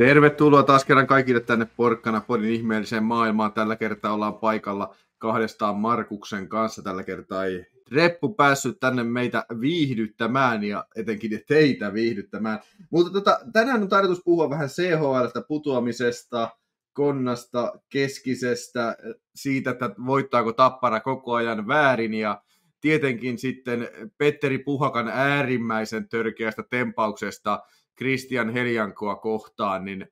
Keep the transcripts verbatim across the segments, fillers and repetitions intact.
Tervetuloa taas kerran kaikille tänne Porkkana Podin ihmeelliseen maailmaan. Tällä kertaa ollaan paikalla kahdestaan Markuksen kanssa. Tällä kertaa ei Reppu päässyt tänne meitä viihdyttämään ja etenkin teitä viihdyttämään. Mutta tota, tänään on tarkoitus puhua vähän C H L:stä, putoamisesta, Konnasta, Keskisestä, siitä, että voittaako Tappara koko ajan väärin ja tietenkin sitten Petteri Puhakan äärimmäisen törkeästä tempauksesta Christian Heliankoa kohtaan, niin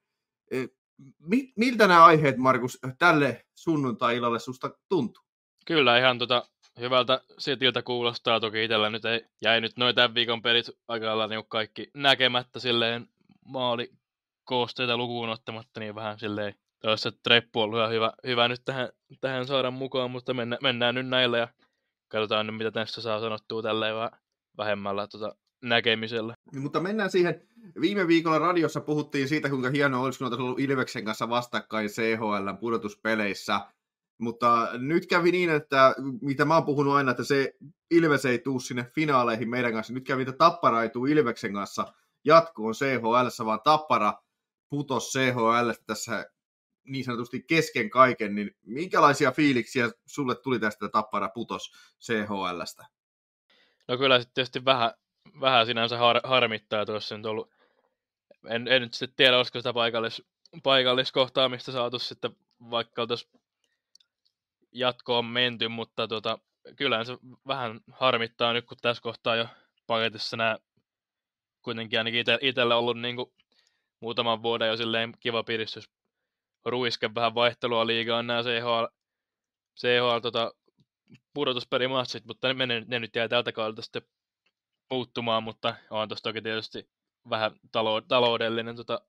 miltä nämä aiheet, Markus, tälle sunnuntai-illalle susta tuntuu? Kyllä, ihan tota, hyvältä setiltä kuulostaa. Toki itsellä nyt ei jäi nyt noin tämän viikon pelit aika lailla niin kaikki näkemättä silleen maalikoosteita lukuun ottamatta, niin vähän silleen toissa, että Treppu on ihan hyvä, hyvä nyt tähän, tähän saada mukaan, mutta mennä, mennään nyt näillä ja katsotaan nyt, mitä tässä saa sanottua tälleen vähän vähemmällä tota, näkemisellä. Mutta mennään siihen. Viime viikolla radiossa puhuttiin siitä, kuinka hienoa olisi, kun oltaisiin ollut Ilveksen kanssa vastakkain C H L:n pudotuspeleissä. Mutta nyt kävi niin, että mitä mä oon puhunut aina, että se Ilves ei tule sinne finaaleihin meidän kanssa. Nyt kävi, että Tappara ei tule Ilveksen kanssa jatkoon C H L:ssä, vaan Tappara putosi C H L:stä tässä niin sanotusti kesken kaiken. Niin minkälaisia fiiliksiä sulle tuli tästä, että Tappara putosi C H L:stä? No kyllä sitten tietysti vähän, vähän sinänsä har, harmittaa tuossa nyt ollut. En, en nyt sitten tiedä, olisiko sitä paikallis, paikalliskohtaamista saatu sitten, vaikka oltaisiin jatkoon menty, mutta tota, kyllähän se vähän harmittaa nyt, kun tässä kohtaa jo paketissa nämä kuitenkin ainakin ite, itsellä ollut niin kuin muutaman vuoden jo silleen kiva piristys ruiske vähän vaihtelua liigaan nämä C H L, C H L tota, pudotuspelimatsit, mutta ne, ne, ne nyt jää tältä kaudelta sitten puuttumaan, mutta on tuossa toki tietysti vähän talou- taloudellinen tota,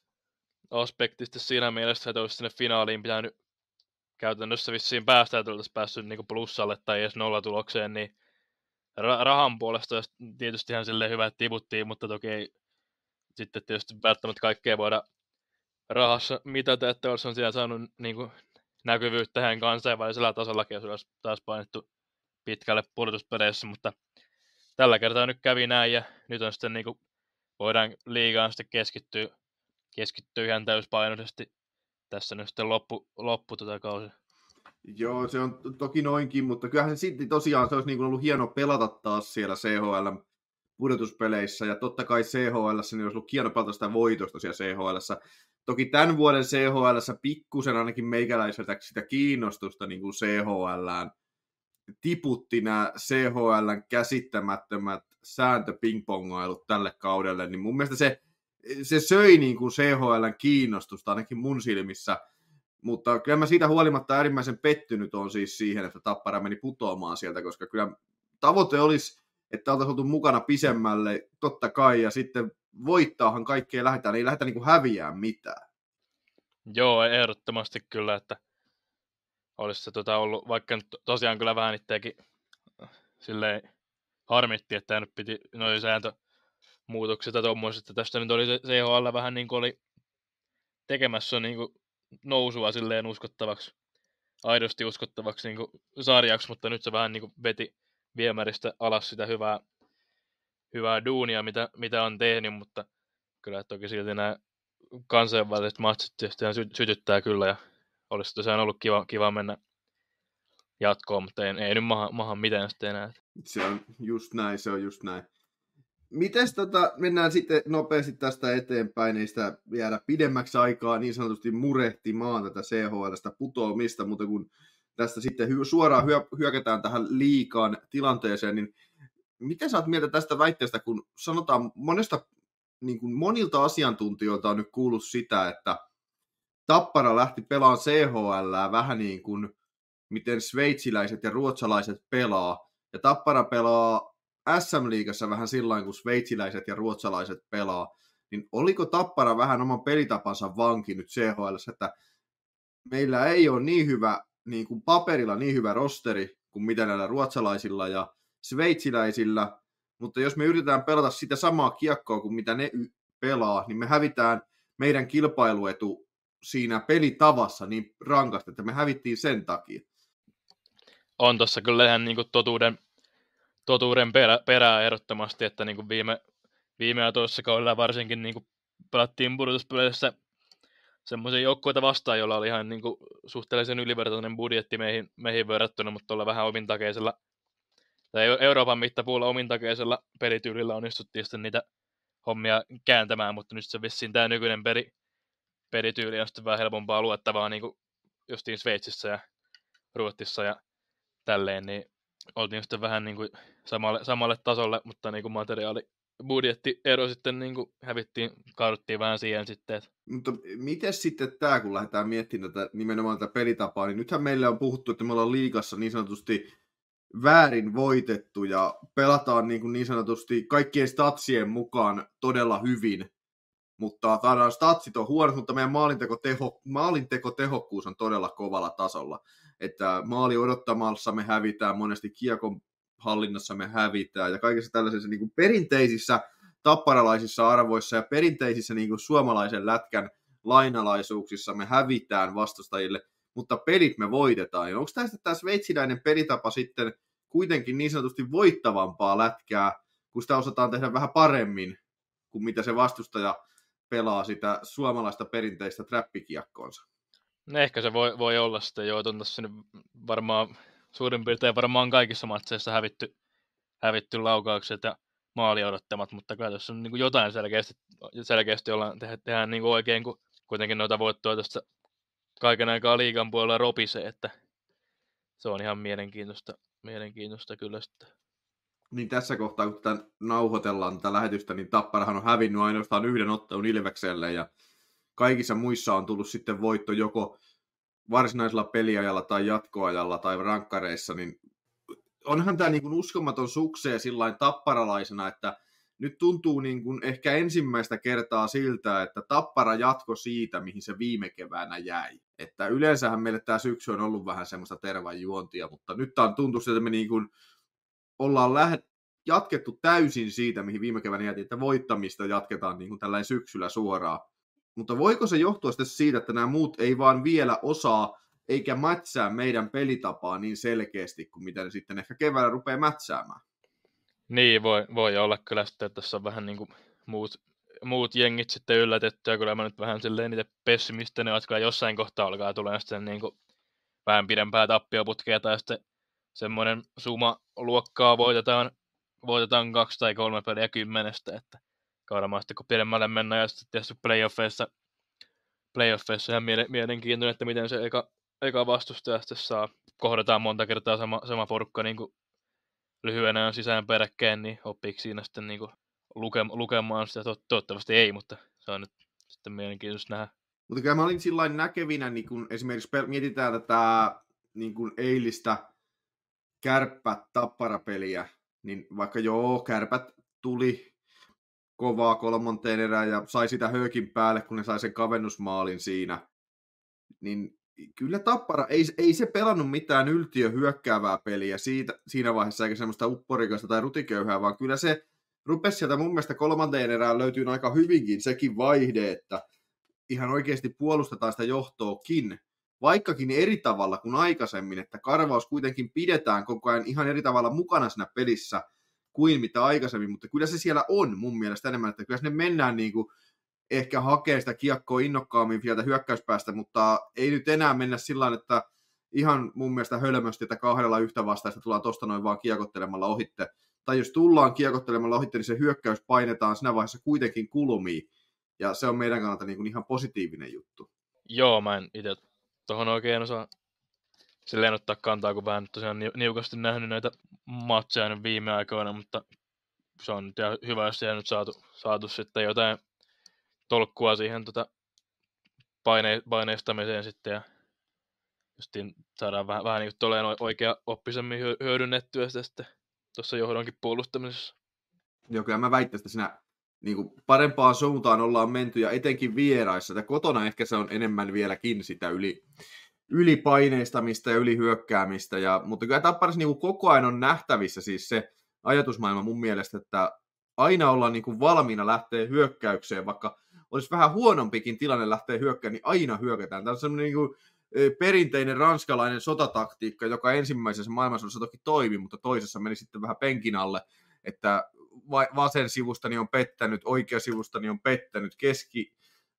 aspekti siinä mielessä, että olisi sinne finaaliin pitänyt käytännössä vissiin päästä, että oltaisiin päässyt niin plussalle tai edes nollatulokseen, niin ra- rahan puolesta olisi tietysti ihan silleen hyvä, että tiputtiin, mutta toki ei sitten tietysti välttämättä kaikkea voida rahassa mitata, että olisi on siellä saanut niin kuin näkyvyyttä tähän kansainvälisellä tasollakin, jos olisi taas painettu pitkälle pudotuspeleissä, mutta tällä kertaa nyt kävi näin, ja nyt on sitten niin kuin, voidaan liigaan sitten keskittyä, keskittyä ihan täyspainoisesti tässä nyt sitten loppu, loppu tota kausi. Joo, se on toki noinkin, mutta kyllähän se sitten tosiaan se olisi niin kuin ollut hieno pelata taas siellä C H L pudotuspeleissä, ja totta kai C H L:ssä niin olisi ollut hieno pelata sitä voitosta siellä C H L:ssä. Toki tämän vuoden C H L:ssä pikkusen ainakin meikäläiseltä sitä kiinnostusta niin kuin C H L:ään tiputti nämä C H L:n käsittämättömät sääntöpingpongailut tälle kaudelle, niin mun mielestä se, se söi niin kuin C H L:n kiinnostusta ainakin mun silmissä, mutta kyllä mä siitä huolimatta äärimmäisen pettynyt on siis siihen, että Tappara meni putoamaan sieltä, koska kyllä tavoite olisi, että oltaisiin oltu mukana pisemmälle, totta kai, ja sitten voittaahan kaikkea lähdetään, ei lähdetä niin kuin häviää mitään. Joo, ehdottomasti kyllä, että olisi se tota ollut, vaikka nyt tosiaan kyllä vähän itseäkin silleen harmitti, että nyt piti noin sääntömuutokset ja tuommoiset, että tästä nyt oli C H L vähän niin kuin oli tekemässä niin kuin nousua silleen uskottavaksi, aidosti uskottavaksi niin kuin sarjaksi, mutta nyt se vähän niin kuin veti viemäristä alas sitä hyvää, hyvää duunia, mitä, mitä on tehnyt, mutta kyllä toki silti nämä kansainväliset matsit tietysti sy- sytyttää kyllä, ja olisi tosiaan ollut kiva, kiva mennä jatkoon, mutta ei, ei nyt maha, maha mitään sitten enää. Se on just näin, se on just näin. Mites tota, mennään sitten nopeasti tästä eteenpäin, ei sitä jäädä pidemmäksi aikaa niin sanotusti murehtimaan tätä C H L:stä putoamista, mutta kun tästä sitten hy- suoraan hyö- hyökätään tähän liigaan tilanteeseen, niin miten sä oot mieltä tästä väitteestä, kun sanotaan monesta, niin kuin monilta asiantuntijoilta on nyt kuullut sitä, että Tappara lähti pelaamaan C H L:ää vähän niin kuin miten sveitsiläiset ja ruotsalaiset pelaa, ja Tappara pelaa S M-liigassa vähän sillain, kun sveitsiläiset ja ruotsalaiset pelaa, niin oliko Tappara vähän oman pelitapansa vanki nyt C H L:ssä, että meillä ei ole niin hyvä, niin kuin paperilla niin hyvä rosteri kuin mitä näillä ruotsalaisilla ja sveitsiläisillä, mutta jos me yritetään pelata sitä samaa kiekkoa kuin mitä ne pelaa, niin me hävitään meidän kilpailuetu siinä pelitavassa niin rankasti, että me hävittiin sen takia. On tuossa kyllä ihan niin kuin totuuden, totuuden perä, perää ehdottomasti, että niin kuin viime, viime ja toisessa kaudella varsinkin niin kuin pelattiin pudotuspeleissä semmoisia joukkueita vastaan, joilla oli ihan niin kuin suhteellisen ylivertainen budjetti meihin, meihin verrattuna, mutta tuolla vähän omintakeisella, tai Euroopan mittapuulla omintakeisella pelityylillä onnistuttiin sitten niitä hommia kääntämään, mutta nyt se vissiin tämä nykyinen peli, pelityyli on sitten vähän helpompaa luettavaa niin kuin justiin Sveitsissä ja Ruotsissa ja tälleen, niin oltiin sitten vähän niin kuin samalle, samalle tasolle, mutta niin kuin materiaali, budjettiero sitten niin kuin hävittiin, kaaduttiin vähän siihen sitten. Että... Mutta miten sitten tämä, kun lähdetään miettimään tätä, nimenomaan tätä pelitapaa, niin nythän meille on puhuttu, että me ollaan liigassa niin sanotusti väärin voitettu ja pelataan niin, kuin niin sanotusti kaikkien statsien mukaan todella hyvin, mutta taidaan statsit on huonot, mutta meidän maalintekoteho, maalintekotehokkuus on todella kovalla tasolla. Että maali odottamassa me hävitään, monesti kiekon hallinnassa me hävitään ja kaikissa tällaisissa niin kuin perinteisissä tapparalaisissa arvoissa ja perinteisissä niin kuin suomalaisen lätkän lainalaisuuksissa me hävitään vastustajille, mutta pelit me voitetaan. Ja onko tästä tämä sveitsiläinen pelitapa sitten kuitenkin niin sanotusti voittavampaa lätkää, kun sitä osataan tehdä vähän paremmin kuin mitä se vastustaja pelaa sitä suomalaista perinteistä trappikiekkoonsa? No ehkä se voi, voi olla sitten, joo, on tässä varmaan suurin piirtein varmaan kaikissa matseissa hävitty, hävitty laukaukset ja maali odottamat, mutta kai tässä on niin kuin jotain selkeästi, selkeästi ollaan tehdä, tehdään niin kuin oikein, kun kuitenkin noita voittoja tuosta kaiken aikaa liigan puolella ropisee, että se on ihan mielenkiintoista, mielenkiintoista kyllä sitten. Niin tässä kohtaa, kun tätä nauhoitellaan tätä lähetystä, niin Tapparahan on hävinnyt ainoastaan yhden ottelun Ilvekselle, ja kaikissa muissa on tullut sitten voitto joko varsinaisella peliajalla tai jatkoajalla tai rankkareissa, niin onhan tämä niin kuin uskomaton suksee sillain tapparalaisena, että nyt tuntuu niin kuin ehkä ensimmäistä kertaa siltä, että Tappara jatko siitä, mihin se viime keväänä jäi. Että yleensähän meille tämä syksy on ollut vähän semmoista tervan juontia, mutta nyt tämä tuntuu siltä, että me niin kuin ollaan lähe- jatkettu täysin siitä, mihin viime keväänä jäätiin, että voittamista jatketaan niin kuin tällainen syksyllä suoraan. Mutta voiko se johtua sitten siitä, että nämä muut ei vaan vielä osaa eikä mätsää meidän pelitapaa niin selkeästi kuin mitä ne sitten ehkä keväällä rupeaa mätsäämään? Niin, voi, voi olla kyllä sitten, että tässä on vähän niin kuin muut, muut jengit sitten yllätetty, ja kyllä mä nyt vähän silleen niitä pessimistinen, jotka jossain kohtaa alkaa tulemaan sitten niin kuin vähän pidempää tappioputkea, tai sitten semmoinen suma luokkaa voitetaan, voitetaan kaksi tai kolme peliä kymmenestä, että varmaan sitten kun pidemmälle mennään, ja sitten tietysti playoffeissa, playoffeissa ihan mielenkiintoinen, että miten se eka, eka vastustaja sitten saa, kohdataan monta kertaa sama, sama porukka niin kuin lyhyenä sisään peräkkäin, niin oppiiko siinä sitten niin kuin luke, lukemaan sitä, toivottavasti ei, mutta se on nyt sitten mielenkiintoista nähdä. Mutta kyllä mä olin sillain näkevinä, niin kun esimerkiksi mietitään tätä niin kun eilistä kärppät-tapparapeliä, niin vaikka joo, kärpät tuli kovaa kolmanteen erään ja sai sitä höökin päälle, kun ne sai sen kavennusmaalin siinä, niin kyllä Tappara, ei, ei se pelannut mitään yltiö hyökkäävää peliä siitä, siinä vaiheessa, eikä semmoista upporikasta tai rutiköyhää, vaan kyllä se rupesi sieltä mun mielestä kolmanteen erään löytyy aika hyvinkin sekin vaihde, että ihan oikeasti puolustetaan sitä johtoakin, vaikkakin eri tavalla kuin aikaisemmin, että Karvaus kuitenkin pidetään koko ajan ihan eri tavalla mukana siinä pelissä kuin mitä aikaisemmin, mutta kyllä se siellä on mun mielestä enemmän, että kyllä sinne mennään niin kuin ehkä hakee sitä kiekkoa innokkaammin sieltä hyökkäyspäästä, mutta ei nyt enää mennä sillä että ihan mun mielestä hölmösti, että kahdella yhtä vastaista tullaan tosta noin vaan kiekottelemalla ohitte. Tai jos tullaan kiekottelemalla ohitte, niin se hyökkäys painetaan siinä vaiheessa kuitenkin kulmiin. Ja se on meidän kannalta niin kuin ihan positiivinen juttu. Joo, mä en itse tuohon oikein osaa silleen ottaa kantaa, kun vähän tosiaan niukasti nähnyt näitä matseja nyt viime aikoina, mutta se on nyt ihan hyvä, jos siellä nyt saatu, saatu sitten jotain tolkkua siihen tota paine, paineistamiseen sitten ja justiin saadaan vähän, vähän niin kuin tolleen oikea oppisemmin hyödynnettyä sitä sitten tuossa johdonkin puolustamisessa. Joo, kyllä mä väittäisin, että siinä niin kuin parempaan suuntaan ollaan menty ja etenkin vieraissa. Ja kotona ehkä se on enemmän vieläkin sitä yli, ylipaineistamista ja ylihyökkäämistä. Ja, mutta kyllä Tapparassa niin kuin koko ajan on nähtävissä siis se ajatusmaailma mun mielestä, että aina ollaan niin kuin valmiina lähteä hyökkäykseen, vaikka olisi vähän huonompikin tilanne lähteä hyökkäämään, niin aina hyökätään. Tämä on semmoinen niin kuin perinteinen ranskalainen sotataktiikka, joka ensimmäisessä maailmansodassa toki toimi, mutta toisessa meni sitten vähän penkin alle, että vasen sivustani on pettänyt, oikea sivustani on pettänyt, keski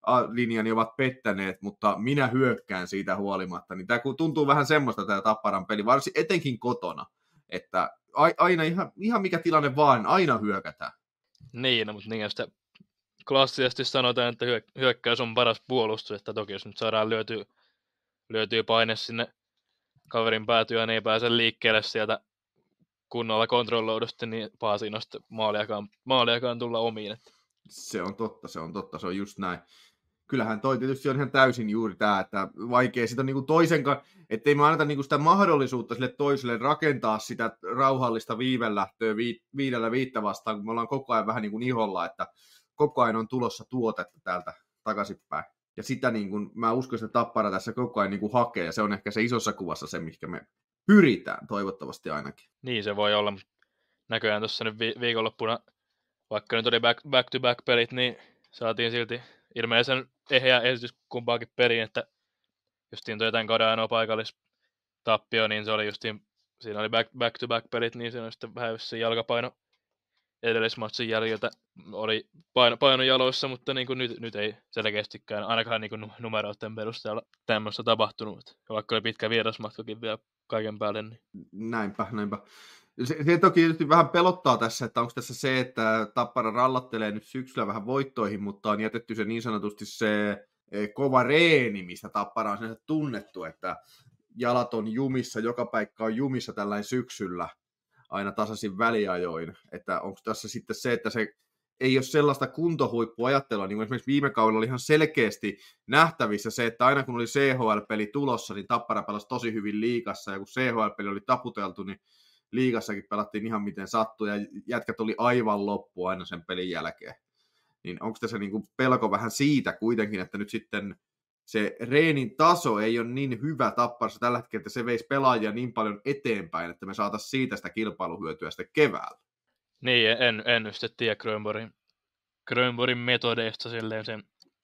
linjani ovat pettäneet, mutta minä hyökkään siitä huolimatta. Niin tämä tuntuu vähän semmoista tämä Tapparan peli, varsinkin etenkin kotona, että aina ihan, ihan mikä tilanne vaan, aina hyökätään. Niin, no, mutta niin sitä klassisesti sanotaan, että hyökkäys on paras puolustus, että toki jos nyt saadaan lyötyä, lyötyä paine sinne kaverin päätyä, niin ei pääse liikkeelle sieltä kunnolla kontrolloidusti, niin paha siinä on sitten maaliakaan, maaliakaan tulla omiin. Että. Se on totta, se on totta, se on just näin. Kyllähän toi tietysti on ihan täysin juuri tämä, että vaikea sitä niinku toisen kanssa, ettei me anneta niinku sitä mahdollisuutta sille toiselle rakentaa sitä rauhallista viivelähtöä vi, viidellä viittä vastaan, kun me ollaan koko ajan vähän niin kuin iholla, että koko ajan on tulossa tuotetta täältä takaisinpäin. Ja sitä niin kuin, mä uskon, että Tappara tässä koko ajan niin kuin hakee, ja se on ehkä se isossa kuvassa se, mihinkä me pyritään, toivottavasti ainakin. Niin se voi olla, mutta näköjään tuossa nyt vi- viikonloppuna, vaikka nyt oli back, back-to-back pelit, niin saatiin silti ilmeisen eheä esitys kumpaakin perin, että justiin toi jotain kauden ainoa paikallistappio, niin se oli justiin, siinä oli back, back-to-back pelit, niin se on sitten vähän justiin jalkapaino edellismatsin jäljiltä oli paino, paino jaloissa, mutta niin kuin nyt, nyt ei selkeästikään ainakaan niin kuin numeroiden perusteella tämmöistä tapahtunut. Vaikka oli pitkä vierasmatkakin vielä kaiken päälle. Niin. Näinpä, näinpä. Se, se toki tietysti vähän pelottaa tässä, että onko tässä se, että Tappara rallattelee nyt syksyllä vähän voittoihin, mutta on jätetty se niin sanotusti se kova reeni, mistä Tappara on sen tunnettu, että jalat on jumissa, joka paikka on jumissa tällainen syksyllä aina tasaisin väliajoin, että onko tässä sitten se, että se ei ole sellaista kuntohuippuajattelua, niin kuin esimerkiksi viime kaudella oli ihan selkeästi nähtävissä se, että aina kun oli C H L-peli tulossa, niin Tappara pelasi tosi hyvin liigassa, ja kun C H L-peli oli taputeltu, niin liigassakin pelattiin ihan miten sattui, ja jätkät oli aivan loppu aina sen pelin jälkeen. Niin onko tässä niin kuin pelko vähän siitä kuitenkin, että nyt sitten se reenin taso ei ole niin hyvä Tapparassa tällä hetkellä, että se veisi pelaajia niin paljon eteenpäin, että me saataisiin siitä sitä kilpailuhyötyä sitten keväällä. Niin, en, en nyt sitten tiedä Grönborgin, Grönborgin metodeista silleen sen,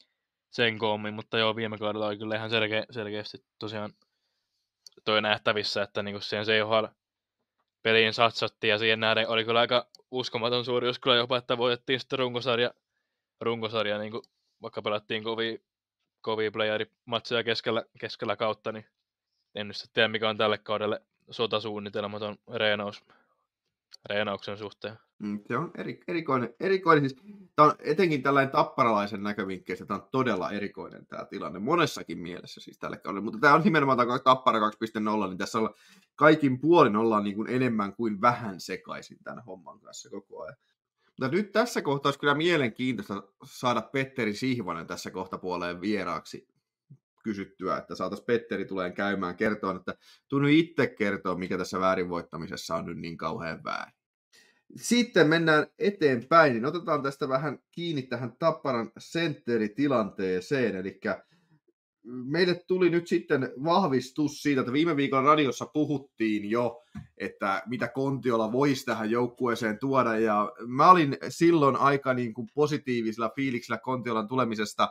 sen koommin, mutta joo, viime kaudella oli kyllä ihan selkeä, selkeästi tosiaan toi nähtävissä, että niinku siihen C H L-peliin satsattiin ja siihen nähden oli kyllä aika uskomaton suorius kyllä jopa, että voitettiin sitten runkosarja, runkosarja niin kuin, vaikka pelattiin kovia, kovia playerimatseja keskellä, keskellä kautta, niin en nyt tiedä mikä on tälle kaudelle sotasuunnitelma ton reenaus, reenauksen suhteen. Mm, se on eri, erikoinen. erikoinen. Siis, tämä on etenkin tällainen tapparalaisen näkövinkkeistä, tämä on todella erikoinen tämä tilanne monessakin mielessä siis tälle kaudelle, mutta tämä on nimenomaan tämä Tappara kaksi piste nolla, niin tässä ollaan, kaikin puolin ollaan niin kuin enemmän kuin vähän sekaisin tämän homman kanssa koko ajan. Mutta nyt tässä kohtaa olisi kyllä mielenkiintoista saada Petteri Sihvonen tässä kohtapuoleen vieraaksi kysyttyä, että saataisiin Petteri tulee käymään kertoa, että tunnu itse kertoa, mikä tässä väärinvoittamisessa on nyt niin kauhean väärin. Sitten mennään eteenpäin, niin otetaan tästä vähän kiinni tähän Tapparan sentteritilanteeseen, eli meille tuli nyt sitten vahvistus siitä, että viime viikon radiossa puhuttiin jo, että mitä Kontiola voisi tähän joukkueeseen tuoda, ja mä olin silloin aika niin kuin positiivisella fiiliksellä Kontiolan tulemisesta.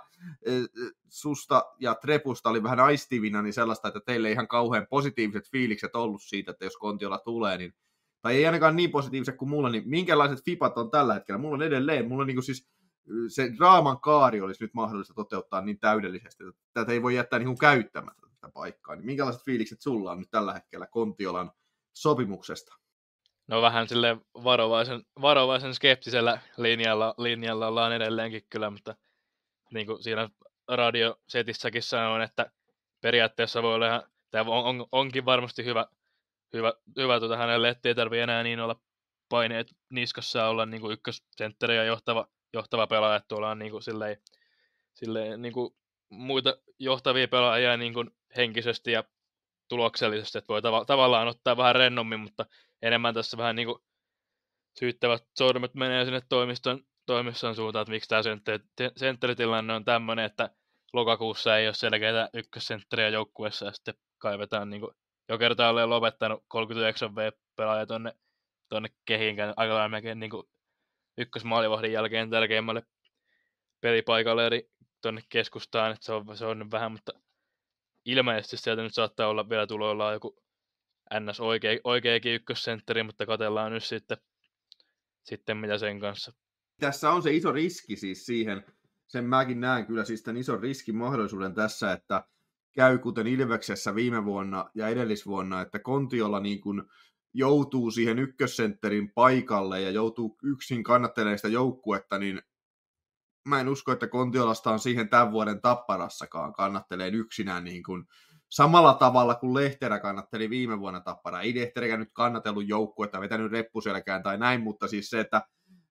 Susta ja Trepusta oli vähän aistivina, niin sellaista, että teille ei ihan kauhean positiiviset fiilikset ollut siitä, että jos Kontiola tulee, niin tai ei ainakaan niin positiiviset kuin mulla, niin minkälaiset fipat on tällä hetkellä? Mulla on edelleen, mulla on niin kuin siis se draaman kaari olisi nyt mahdollista toteuttaa niin täydellisesti, että tätä ei voi jättää niin kuin käyttämättä tätä paikkaa. Niin minkälaiset fiilikset sulla on nyt tällä hetkellä Kontiolan sopimuksesta? No vähän silleen varovaisen, varovaisen skeptisellä linjalla, linjalla ollaan edelleenkin kyllä, mutta niin kuin siinä radiosetissäkin sanoin, että periaatteessa voi olla ihan, tämä on, on, onkin varmasti hyvä, hyvä, hyvä tuota hänelle, ettei tarvitse enää niin olla paineet niskassa olla niin kuin ykkösentteri ja johtava, johtava pelaaja, että tuolla on niin kuin silleen, silleen niin kuin muita johtavia pelaajia niin kuin henkisesti ja tuloksellisesti, että voi tav- tavallaan ottaa vähän rennommin, mutta enemmän tässä vähän niin kuin syyttävät sormet menee sinne toimiston, toimiston suuntaan, että miksi tämä sentteritilanne on tämmöinen, että lokakuussa ei ole selkeää ykkössentteriä joukkueessa ja sitten kaivetaan niin kuin jo kertaalleen lopettanut kolmekymmentäyhdeksän V-pelaaja tonne, tonne kehiinkään aika lailla melkein niin kuin ykkösmaalivahdin jälkeen tärkeimmälle pelipaikalle eli tonne keskustaan, että se on, se on nyt vähän, mutta ilmeisesti sieltä nyt saattaa olla vielä tuloillaan joku ns. Oikea, oikeakin ykkössentteri, mutta katsellaan nyt sitten, sitten mitä sen kanssa. Tässä on se iso riski siis siihen, sen mäkin näen kyllä siis tämän ison riskin mahdollisuuden tässä, että käy kuten Ilveksessä viime vuonna ja edellisvuonna, että Kontiola niin kuin joutuu siihen ykkössentterin paikalle ja joutuu yksin kannattelemaan sitä joukkuetta, niin mä en usko, että Kontiolasta on siihen tämän vuoden Tapparassakaan kannattelee yksinään niin kuin samalla tavalla kuin Lehterä kannatteli viime vuonna Tapparaa. Ei Lehterä nyt kannatellut joukkuetta, vetänyt reppuselkään tai näin, mutta siis se, että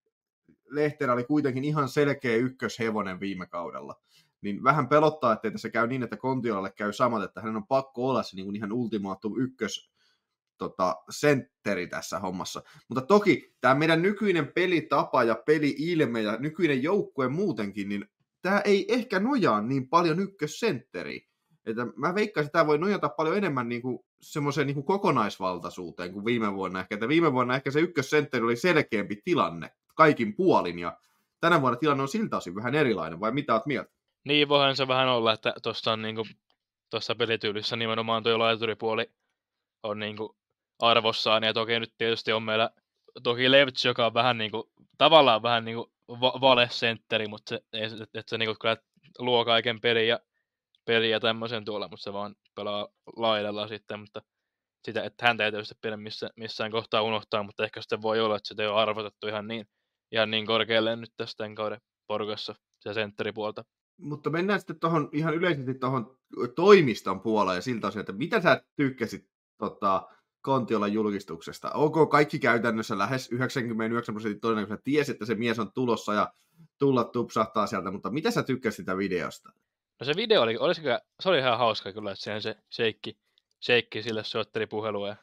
Lehterä oli kuitenkin ihan selkeä ykköshevonen viime kaudella. Niin vähän pelottaa, ettei tässä käy niin, että Kontiolalle käy samat, että hänen on pakko olla se niin kuin ihan ultimaattum ykkös tota, sentteri tässä hommassa. Mutta toki tämä meidän nykyinen pelitapa ja peli-ilme ja nykyinen joukkue muutenkin, niin tämä ei ehkä nojaa niin paljon ykkössentteriin. Että mä veikkaisin, että tämä voi nojata paljon enemmän niin kuin semmoiseen niin kuin kokonaisvaltaisuuteen kuin viime vuonna. Ehkä, että viime vuonna ehkä se ykkössentteri oli selkeämpi tilanne kaikin puolin, ja tänä vuonna tilanne on siltä osin vähän erilainen, vai mitä oot mieltä? Niin, voihan se vähän olla, että tuossa on niinku, tuossa pelityylissä nimenomaan tuo laituripuoli on niinku arvossaan, ja toki nyt tietysti on meillä toki Levts, joka on vähän niinku, tavallaan vähän niinku va- valesentteri, mutta se, että et se niinku kyllä luo kaiken pelin ja, pelin ja tämmöisen tuolla, mutta se vaan pelaa laidalla sitten, mutta sitä, että häntä ei tietysti pidä missään, missään kohtaa unohtaa, mutta ehkä sitten voi olla, että sitä ei ole arvotettu ihan niin, ihan niin korkealle nyt tästä tämän kauden porukassa, se sentteripuolta. Mutta mennään sitten tuohon ihan yleisesti tuohon toimiston puoleen ja siltä osin, että mitä sä tykkäsit tota, Kontiolan julkistuksesta? OK, kaikki käytännössä lähes yhdeksänkymmentäyhdeksän prosenttia todennäköisesti tiesi, että se mies on tulossa ja tulla tupsahtaa sieltä, mutta mitä sä tykkäsit sitä videosta? No se video oli, olisi kyllä, se oli ihan hauska kyllä, että sehän se sheikki, sheikki sille soitteli puhelua ja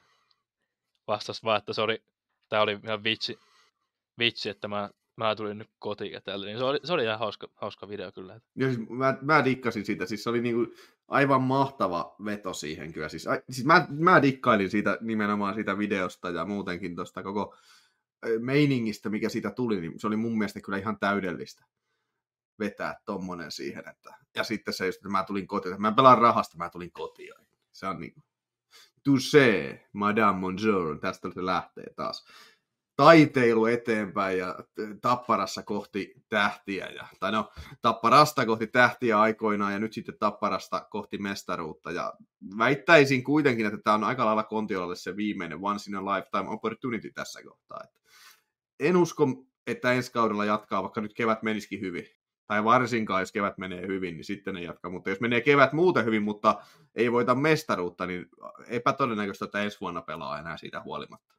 vastasi vaan, että se oli, tää oli ihan vitsi, vitsi että mä, mä tulin nyt kotiin ja tällä, niin se oli, se oli ihan hauska, hauska video kyllä. Ja siis mä, mä dikkasin siitä, siis se oli niinku aivan mahtava veto siihen kyllä. Siis, ai, siis mä, mä dikkailin siitä nimenomaan siitä videosta ja muutenkin tuosta koko meiningistä, mikä siitä tuli, niin se oli mun mielestä kyllä ihan täydellistä vetää tommonen siihen. Että, ja sitten se just, että mä tulin kotiin, että mä pelaan rahasta, mä tulin kotiin. Se on niinku, touché, madame bonjour, tästä se lähtee taas. Taiteilu eteenpäin ja Tapparassa kohti tähtiä, ja, tai no Tapparasta kohti tähtiä aikoinaan ja nyt sitten Tapparasta kohti mestaruutta. Ja väittäisin kuitenkin, että tämä on aika lailla Kontiolalle se viimeinen once in a lifetime opportunity tässä kohtaa. Että en usko, että ensi kaudella jatkaa, vaikka nyt kevät menisikin hyvin. Tai varsinkaan, jos kevät menee hyvin, niin sitten ne jatkaa. Mutta jos menee kevät muuten hyvin, mutta ei voita mestaruutta, niin epätodennäköistä, että ensi vuonna pelaa enää siitä huolimatta.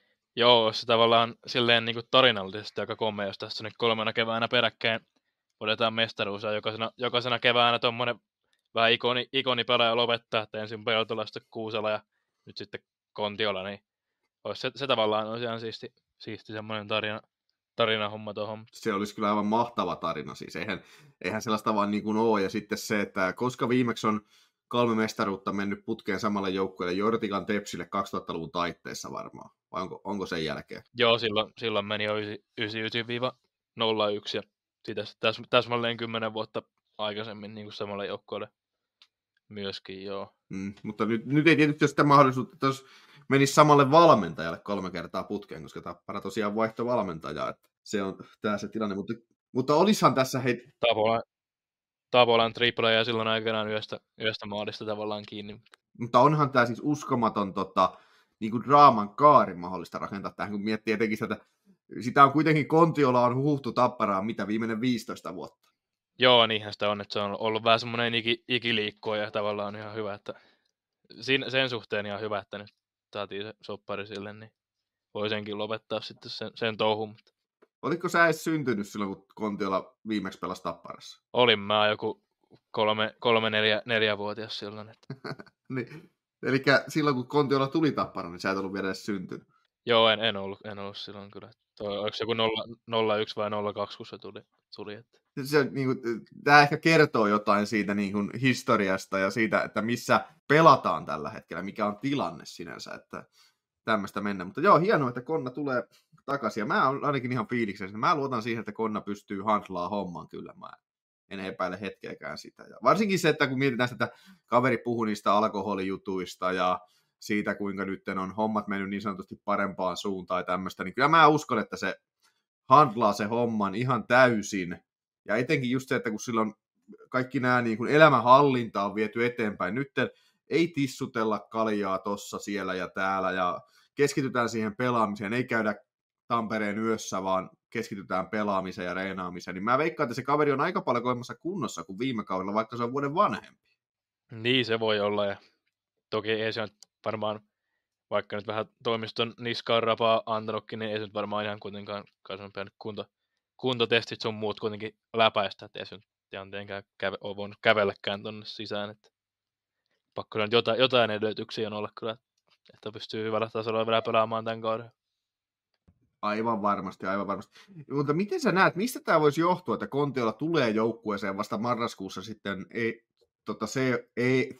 Joo, se tavallaan silleen niin kuin tarinallisesti aika komea, jos tässä nyt kolmena keväänä peräkkäin odetaan mestaruus ja jokaisena, jokaisena keväänä tuommoinen vähän ikoni, ikonipelaaja lopettaa, että ensin Peltola, sitten Kuusela ja nyt sitten Kontiola, niin olisi se, se tavallaan olisi ihan siisti, siisti semmoinen tarina, tarinahomma tuohon. Se olisi kyllä aivan mahtava tarina, siis eihän, eihän sellaista vaan niin kuin ole, ja sitten se, että koska viimeksi on kolme mestaruutta mennyt putkeen samalle joukkueelle Jortikan Tepsille kaksituhattaluvun taitteessa varmaan, vai onko, onko sen jälkeen? Joo, silloin, silloin meni jo yhdeksänkymmentäyhdeksän nolla yksi ja siitä täs, täsmälleen kymmenen vuotta aikaisemmin niin kuin samalle joukkueelle myöskin, joo. Mm, mutta nyt, nyt ei tietysti ole sitä mahdollisuutta, että jos menisi samalle valmentajalle kolme kertaa putkeen, koska Tappara tosiaan vaihto valmentajaa, että se on tämä se tilanne, mutta, mutta olisihan tässä hei... Tapolan, Tapolan triple ja silloin aikanaan yöstä, yöstä maalista tavallaan kiinni. Mutta onhan tämä siis uskomaton tota, niin kuin draaman kaari mahdollista rakentaa tähän, kun miettii etenkin sitä, että sitä on kuitenkin Kontiola on huhuttu Tapparaan mitä viimeinen viisitoista vuotta. Joo, niinhän sitä on, että se on ollut vähän semmoinen iki, ikiliikkua ja tavallaan on ihan hyvä, että siinä, sen suhteen ihan hyvä, että nyt saatiin se soppari sille, niin voi senkin lopettaa sitten sen, sen touhun. Oliko sä edes syntynyt silloin, kun Kontiola viimeksi pelasi Tapparassa? Olin mä joku kolme, kolme neljä, neljävuotias silloin. Että... niin, eli silloin, kun Kontiola tuli Tapparaan, niin sä et ollut vielä edes syntynyt. Joo, en, en, ollut, en ollut silloin kyllä. Toi, oliko se joku nolla yksi vai nolla kaksi, kun se tuli? tuli että... se, niin kuin, tämä ehkä kertoo jotain siitä niin kuin, historiasta ja siitä, että missä pelataan tällä hetkellä, mikä on tilanne sinänsä, että tämmöistä mennä. Mutta joo, hienoa, että Konna tulee takaisin. Ja mä olen ainakin ihan fiiliksessä. Mä luotan siihen, että Konna pystyy handlaa homman kyllä. Mä en epäile hetkeäkään sitä. Ja varsinkin se, että kun mietitään sitä, että kaveri puhui niistä alkoholijutuista ja siitä, kuinka nyt on hommat mennyt niin sanotusti parempaan suuntaan ja tämmöistä, niin kyllä mä uskon, että se handlaa se homman ihan täysin Ja etenkin just se, että kun silloin kaikki nämä niin kuin elämänhallinta on viety eteenpäin. Nyt ei tissutella kaljaa tossa, siellä ja täällä ja keskitytään siihen pelaamiseen. Ei käydä Tampereen yössä, vaan keskitytään pelaamiseen ja reenaamiseen. Niin mä veikkaan, että se kaveri on aika paljon koemmassa kunnossa kuin viime kaudella, vaikka se on vuoden vanhempi. Niin se voi olla, ja toki ei se nyt varmaan, vaikka nyt vähän toimiston niskaan rapaa antanutkin, niin ei se nyt varmaan ihan kuitenkaan pitänyt kunto, kuntotestit sun muut kuitenkin läpäistä, että ei se nyt ihan tietenkään käve, ole voinut kävelläkään tuonne sisään, että pakko on jotain, jotain edellytyksiä on olla kyllä, että pystyy hyvällä tasolla vielä pelaamaan tämän kauden. Aivan varmasti, aivan varmasti. Mutta miten sä näet, mistä tämä voisi johtua, että Kontiola tulee joukkueeseen vasta marraskuussa sitten ei, tota, se, ei,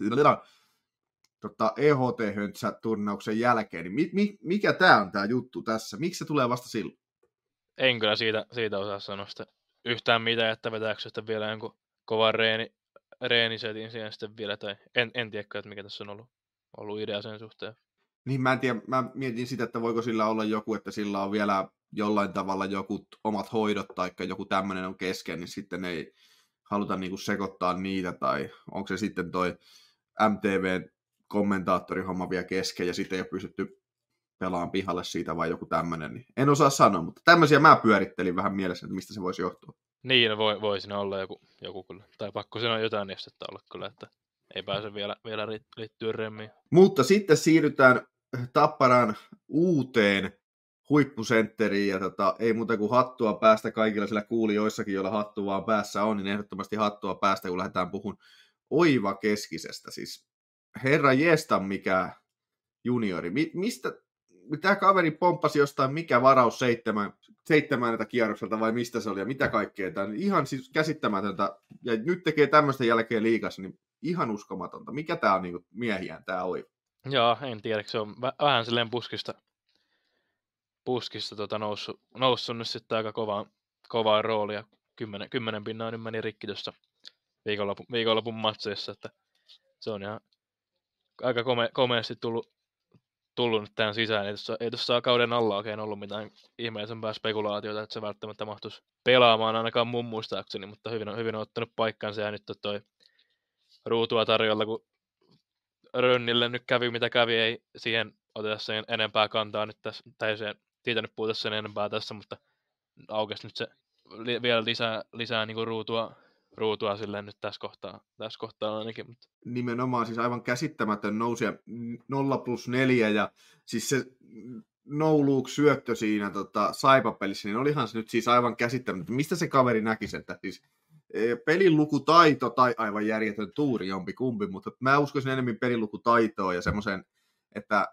tota, E H T-höntsä-turnauksen jälkeen, niin mi, mi, mikä tämä on tämä juttu tässä? Miksi se tulee vasta silloin? En kyllä siitä, siitä osaa sanoa sitä yhtään mitään, että vetääkö sitten vielä jonkun kovan reeni, reenisetin siihen sitten vielä, tai en, en tiedä, että mikä tässä on ollut, ollut idea sen suhteen. Niin mä en tiedä, mä mietin sitä, että voiko sillä olla joku, että sillä on vielä jollain tavalla joku omat hoidot tai joku tämmöinen on kesken, niin sitten ei haluta niinku sekoittaa niitä, tai onko se sitten toi M T V-kommentaattorihomma vielä kesken ja sitten ei ole pystytty pelaamaan pihalle siitä vai joku tämmöinen, niin en osaa sanoa, mutta tämmöisiä mä pyörittelin vähän mielessä, että mistä se voisi johtua. Niin, voi, voi siinä olla joku, joku kyllä, tai pakko siinä on jotain estettä olla kyllä, että ei pääse vielä, vielä liittyä remmiin. Mutta sitten siirrytään Tapparan uuteen huippusentteriin, ja tota, ei muuta kuin hattua päästä kaikilla sillä kuulijoissakin, joilla hattu vaan päässä on, niin ehdottomasti hattua päästä, kun lähdetään puhumaan Oiva Keskisestä. Siis herra jestan mikä juniori. Mi- mistä tämä kaveri pomppasi jostain mikä varaus seitsemän, seitsemäneltä kierrokselta vai mistä se oli ja mitä kaikkea. Tämä on ihan siis käsittämätöntä. Ja nyt tekee tämmöistä jälkeen liigassa, niin ihan uskomatonta. Mikä tämä on niin miehiään tämä Oiva? Joo, en tiedä, se on vähän silleen puskista, puskista tota noussut, noussut nyt sitten aika kovaa, kovaa roolia. Kymmenen, kymmenen pinnaa nyt meni rikki tuossa viikonlopun, viikonlopun matseissa, että se on ihan aika kome, komeasti tullut, tullut nyt tähän sisään. Ei tuossa, ei tuossa kauden alla oikein ollut mitään ihmeellisempää spekulaatiota, että se välttämättä mahtuisi pelaamaan ainakaan mun muistaakseni, mutta hyvin on, hyvin on ottanut paikkansa ja nyt on toi ruutua tarjolla, kun Rönnille nyt kävi mitä kävi, ei siihen oteta sen enempää kantaa nyt tässä, tai se, siitä nyt puhuta sen enempää tässä, mutta aukesi nyt se li, vielä lisää, lisää niin kuin ruutua, ruutua silleen nyt tässä kohtaa, tässä kohtaa ainakin. Mutta. Nimenomaan siis aivan käsittämätön nousija nolla plus neljä ja siis se no look syöttö siinä tota, Saipa-pelissä, niin olihan se nyt siis aivan käsittämätön. Mistä se kaveri näkisi, että siis pelin lukutaito tai aivan järjetön tuuri jompi kumpi, mutta mä uskoisin enemmän pelin lukutaitoa ja semmoisen, että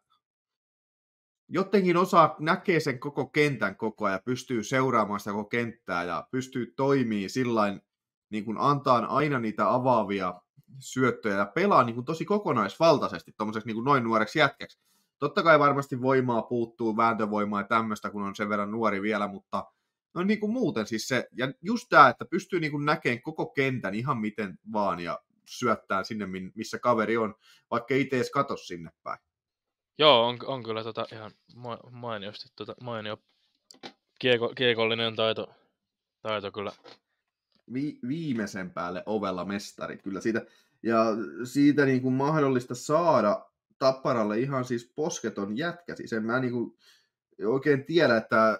jotenkin osaa näkee sen koko kentän koko ajan ja pystyy seuraamaan sitä koko kenttää ja pystyy toimimaan sillain, niin kuin antaa aina niitä avaavia syöttöjä ja pelaa niin kuin tosi kokonaisvaltaisesti tommoseksi niin kuin noin nuoreksi jätkäksi. Totta kai varmasti voimaa puuttuu, vääntövoimaa ja tämmöistä, kun on sen verran nuori vielä, mutta no niin kuin muuten siis se, ja just tämä, että pystyy niin kuin näkemään koko kentän ihan miten vaan ja syöttää sinne, missä kaveri on, vaikka ei itse edes katso sinne päin. Joo, on, on kyllä tota ihan mainiosti, tota, mainio kieko, kiekollinen taito, taito kyllä. Vi, viimeisen päälle ovella mestari, kyllä siitä, ja siitä niin kuin mahdollista saada Tapparalle ihan siis posketon jätkä, siis en mä niin kuin oikein tiedä, että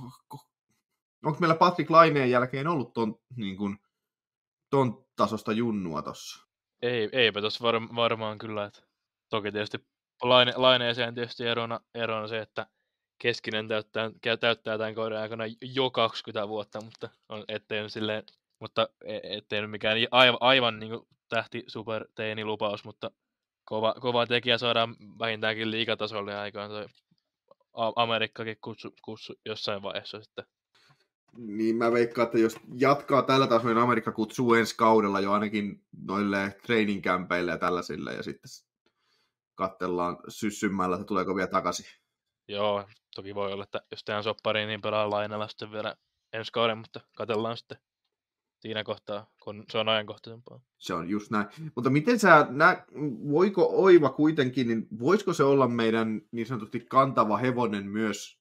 onko meillä Patrick Laineen jälkeen ollut ton, niin kuin, ton tasosta junnua tossa? Ei, eipä tossa var, varmaan kyllä, että toki tietysti Laine, Laineeseen tietysti erona, erona se, että Keskinen täyttää, täyttää tämän kauden aikana jo kaksikymmentä vuotta, mutta on, ettei silleen, mutta ettei nyt mikään aivan, aivan niin kuin tähti superteini lupaus, mutta kova, kova tekijä saadaan vähintäänkin liigatasolle aikaan toi Amerikkakin kutsu, kutsu jossain vaiheessa sitten. Niin mä veikkaan, että jos jatkaa tällä tasolla, niin Amerikka kutsuu ensi kaudella jo ainakin noille training campeille ja tällaisille, ja sitten katsellaan syssymällä, että tuleeko vielä takaisin. Joo, toki voi olla, että jos tehdään soppariin, niin pelaa Lainalla sitten vielä ensi kauden, mutta katsellaan sitten siinä kohtaa, kun se on ajankohtaisempaa. Se on just näin. Mutta miten sä, nä, voiko Oiva kuitenkin, niin voisiko se olla meidän niin sanotusti kantava hevonen myös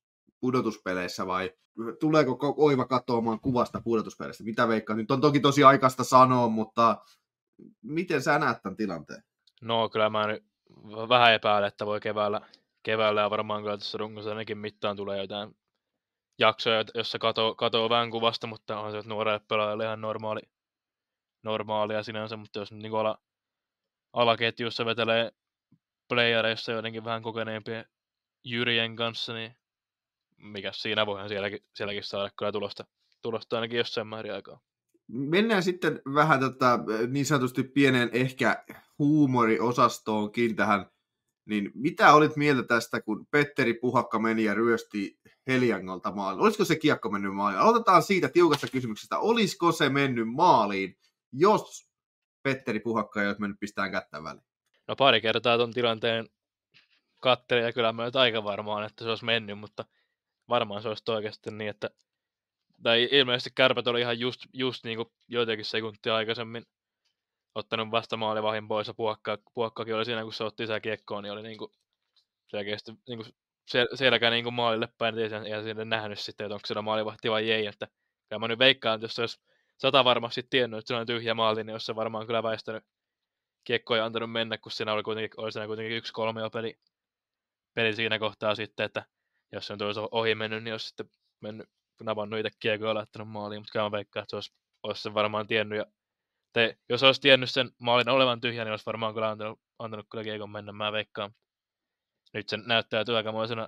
pudotuspeleissä vai tuleeko Oiva katoamaan kuvasta pudotuspeleistä? Mitä veikkaa? Nyt on toki tosi aikaista sanoa, mutta miten sä näet tämän tilanteen? No kyllä mä nyt vähän epäilen, että voi keväällä, keväällä ja varmaan kyllä tässä runkosarjankin mittaan tulee jotain jaksoja, jossa katoo, katoo vähän kuvasta, mutta on se nuorelle pelaajalle ihan normaali, normaalia sinänsä, mutta jos nyt niin ala, alaketjussa vetelee playereissa jotenkin vähän kokeneempien jyrien kanssa, niin mikä siinä voihan sielläkin, sielläkin saada kyllä tulosta, tulosta ainakin jossain määrin aikaa. Mennään sitten vähän tätä niin sanotusti pieneen ehkä huumoriosastoonkin tähän. Niin mitä olit mieltä tästä, kun Petteri Puhakka meni ja ryösti Heliangolta maaliin? Olisiko se kiekko mennyt maaliin? Aloitetaan siitä tiukasta kysymyksestä. Olisiko se mennyt maaliin, jos Petteri Puhakka ei olisi mennyt pistämään kättä väliin? No pari kertaa tuon tilanteen katselin ja kyllä mä nyt aika varmaan, että se olisi mennyt, mutta varmaan se olisi oikeasti niin, että tai ilmeisesti Kärpät oli ihan just, just niin kuin joitakin sekuntia aikaisemmin ottanut vasta maalivahdin pois ja puokka, puokkakin oli siinä, kun se otti isä kiekkoon, niin oli niin kuin selkeästi niin kuin sel, selkä niin kuin maalille päin, ei sen siinä nähnyt sitten, että onko siellä maalivahti vai ei, että kyllä mä nyt veikkaan, että jos se olisi sata varmasti tiennyt, että se on tyhjä maali, niin olisi se varmaan kyllä väistänyt kiekkoa ja antanut mennä, kun siinä oli kuitenkin, oli siinä kuitenkin yksi kolmio peli, peli siinä kohtaa sitten, että jos se on olisi ohi mennyt, niin olisi sitten mennyt napannut itse kiekkoa ja laittanut maaliin, mutta kyllä mä veikkaan, että se olisi, olisi sen varmaan tiennyt. Ja te, jos olisi tiennyt sen maalin olevan tyhjä, niin olisi varmaan kyllä antanut, antanut kyllä kiekon mennä, mä veikkaan. Nyt se näyttäytyy aikamoisena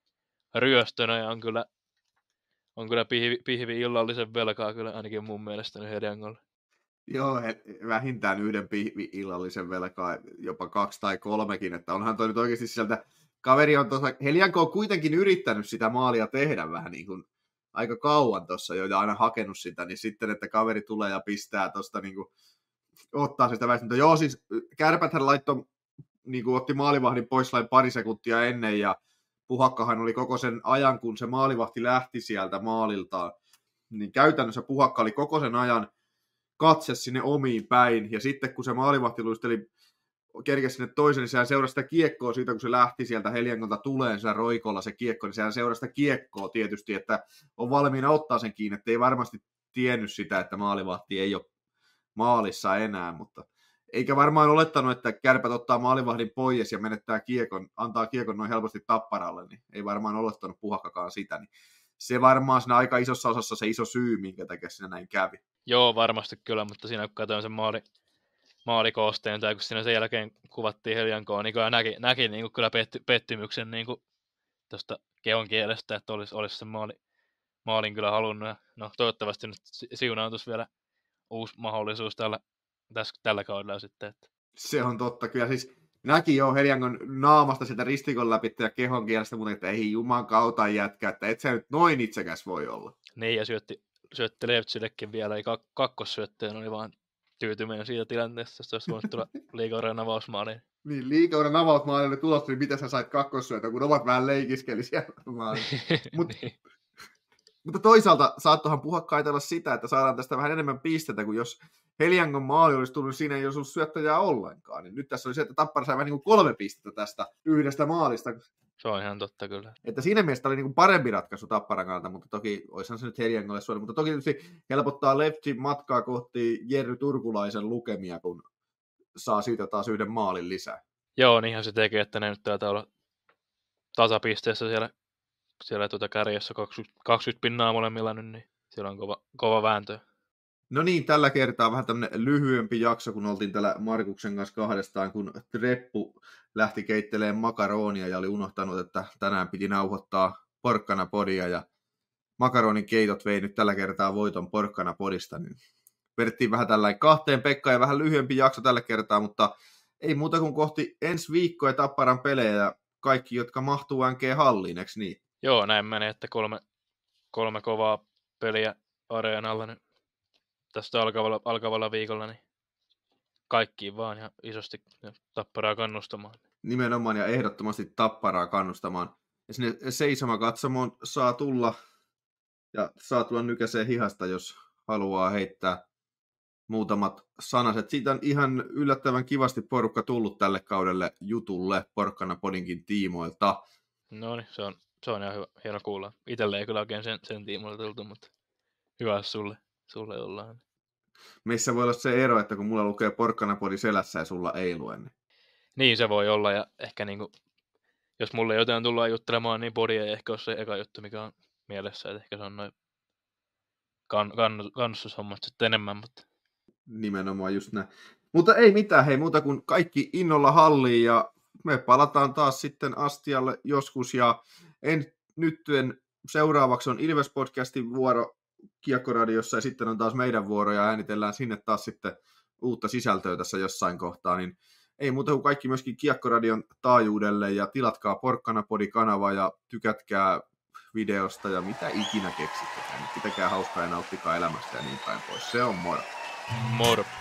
ryöstönä ja on kyllä, on kyllä pihvi, pihvi illallisen velkaa kyllä ainakin mun mielestä Heliangolle. Joo, vähintään yhden pihvi illallisen velkaa, jopa kaksi tai kolmekin, että onhan toi nyt oikeasti sieltä, kaveri on tuossa, Helianko on kuitenkin yrittänyt sitä maalia tehdä vähän niin kuin aika kauan tuossa jo ja aina hakenut sitä, niin sitten, että kaveri tulee ja pistää tuosta niin kuin, ottaa sitä väistämättä. Joo, siis Kärpäthän laittoi, niin kuin otti maalivahdin pois lain pari sekuntia ennen ja Puhakkahan oli koko sen ajan, kun se maalivahti lähti sieltä maaliltaan, niin käytännössä Puhakka oli koko sen ajan katse sinne omiin päin, ja sitten kun se maalivahti luisteli, kerkesi sinne toisen, niin sehän seurasi sitä kiekkoa siitä, kun se lähti sieltä Heliangolta tuleen siellä roikolla se kiekko, niin sehän seurasi sitä kiekkoa tietysti, että on valmiina ottaa sen kiinni, että ei varmasti tiennyt sitä, että maalivahti ei ole maalissa enää, mutta eikä varmaan olettanut, että Kärpät ottaa maalivahdin pois ja menettää kiekon, antaa kiekon noin helposti Tapparalle, niin ei varmaan olettanut Puhakkakaan sitä, niin se varmaan siinä aika isossa osassa se iso syy, minkä takia siinä näin kävi. Joo, varmasti kyllä, mutta siinä kun katsoin sen maali, maalikoosteen, tai kun siinä sen jälkeen kuvattiin Heliankoa, niin kyllä näki, näki niin kuin kyllä petty, pettymyksen niin kuin tuosta keon kielestä, että olisi, olisi sen maali, maalin kyllä halunnut. Ja no toivottavasti nyt siunaantuisi vielä uusi mahdollisuus tällä, tässä, tällä kaudella sitten. Että. Se on totta, kyllä siis näki jo Heliangon naamasta sitä ristikon läpi ja kehon kielestä, mutta että ei juman kautta jätkä, että et sä nyt noin itsekäs voi olla. Niin, ja syötti, syötti Levtsillekin vielä, eli kak- kakkossyötteen oli vaan tyytyminen siitä tilanteesta, jos olisi voinut tulla liigauran avausmaaliin. Niin, liigauran avausmaaliin oli tulossa, niin mitä sä sait kakkossyötä, kun ovat vähän leikiskeli siellä Mut, niin. Mutta toisaalta saattohan Puhakka ajatella sitä, että saadaan tästä vähän enemmän pistetä, kuin jos Heliangon maali olisi tullut siinä, ei olisi ollut syöttäjää ollenkaan. Niin nyt tässä oli se, että Tappara sai vähän niin kuin kolme pistettä tästä yhdestä maalista. Se on ihan totta kyllä. Että siinä mielessä oli niin kuin parempi ratkaisu Tapparan kannalta, mutta toki olisihan se nyt Heliangolle suora. Mutta toki tietysti helpottaa Leftin matkaa kohti Jerry Turkulaisen lukemia, kun saa siitä taas yhden maalin lisää. Joo, niinhän se tekee, että ne nyt taitaa olla tasapisteessä siellä, siellä tuota kärjessä kaksikymmentä, kaksikymmentä pinnaa molemmilla nyt, niin siellä on kova, kova vääntö. No niin, tällä kertaa vähän tämmöinen lyhyempi jakso, kun oltiin täällä Markuksen kanssa kahdestaan, kun Treppu lähti keittelemään makaronia ja oli unohtanut, että tänään piti nauhoittaa porkkanapodia ja makaronin keitot vei nyt tällä kertaa voiton porkkanapodista, niin vedettiin vähän tällainen kahteen Pekkaan ja vähän lyhyempi jakso tällä kertaa, mutta ei muuta kuin kohti ensi viikkoa Tapparan pelejä ja kaikki, jotka mahtuu N G-halliin, eikö niin? Joo, näin menee, että kolme, kolme kovaa peliä areenalla niin tästä alkavalla, alkavalla viikolla, niin kaikkiin vaan ja isosti Tapparaa kannustamaan. Nimenomaan ja ehdottomasti Tapparaa kannustamaan. Ja sinne seisomakatsomoon saa tulla ja saa tulla nykäiseen hihasta, jos haluaa heittää muutamat sanaset. Siitä on ihan yllättävän kivasti porukka tullut tälle kaudelle jutulle Porkkanapodinkin tiimoilta. No niin, se on, se on ihan hyvä, hieno kuulla. Itelle ei kyllä oikein sen, sen tiimoilta tultu, mutta hyvä, jos sulle, sulle ollaan. Missä voi olla se ero, että kun mulla lukee porkkanapodi selässä ja sulla ei lue. Niin, niin se voi olla, ja ehkä niinku, jos mulle jotain tullaan juttelemaan, niin podi ei ehkä ole se eka juttu, mikä on mielessä, että ehkä se on noin kan, kan, kannustushommat sitten enemmän, mutta... Nimenomaan just näin. Mutta ei mitään, hei muuta kuin kaikki innolla halliin, ja me palataan taas sitten astialle joskus, ja en, nytten seuraavaksi on Ilves-podcastin vuoro Kiekkoradiossa, ja sitten on taas meidän vuoro, ja äänitellään sinne taas sitten uutta sisältöä tässä jossain kohtaa, niin ei muuta kuin kaikki myöskin Kiekkoradion taajuudelle, ja tilatkaa Porkkanapodi-kanava, ja tykätkää videosta, ja mitä ikinä keksitte. Pitäkää hauskaa ja nauttikaa elämästä ja niin päin pois. Se on moro. Moro.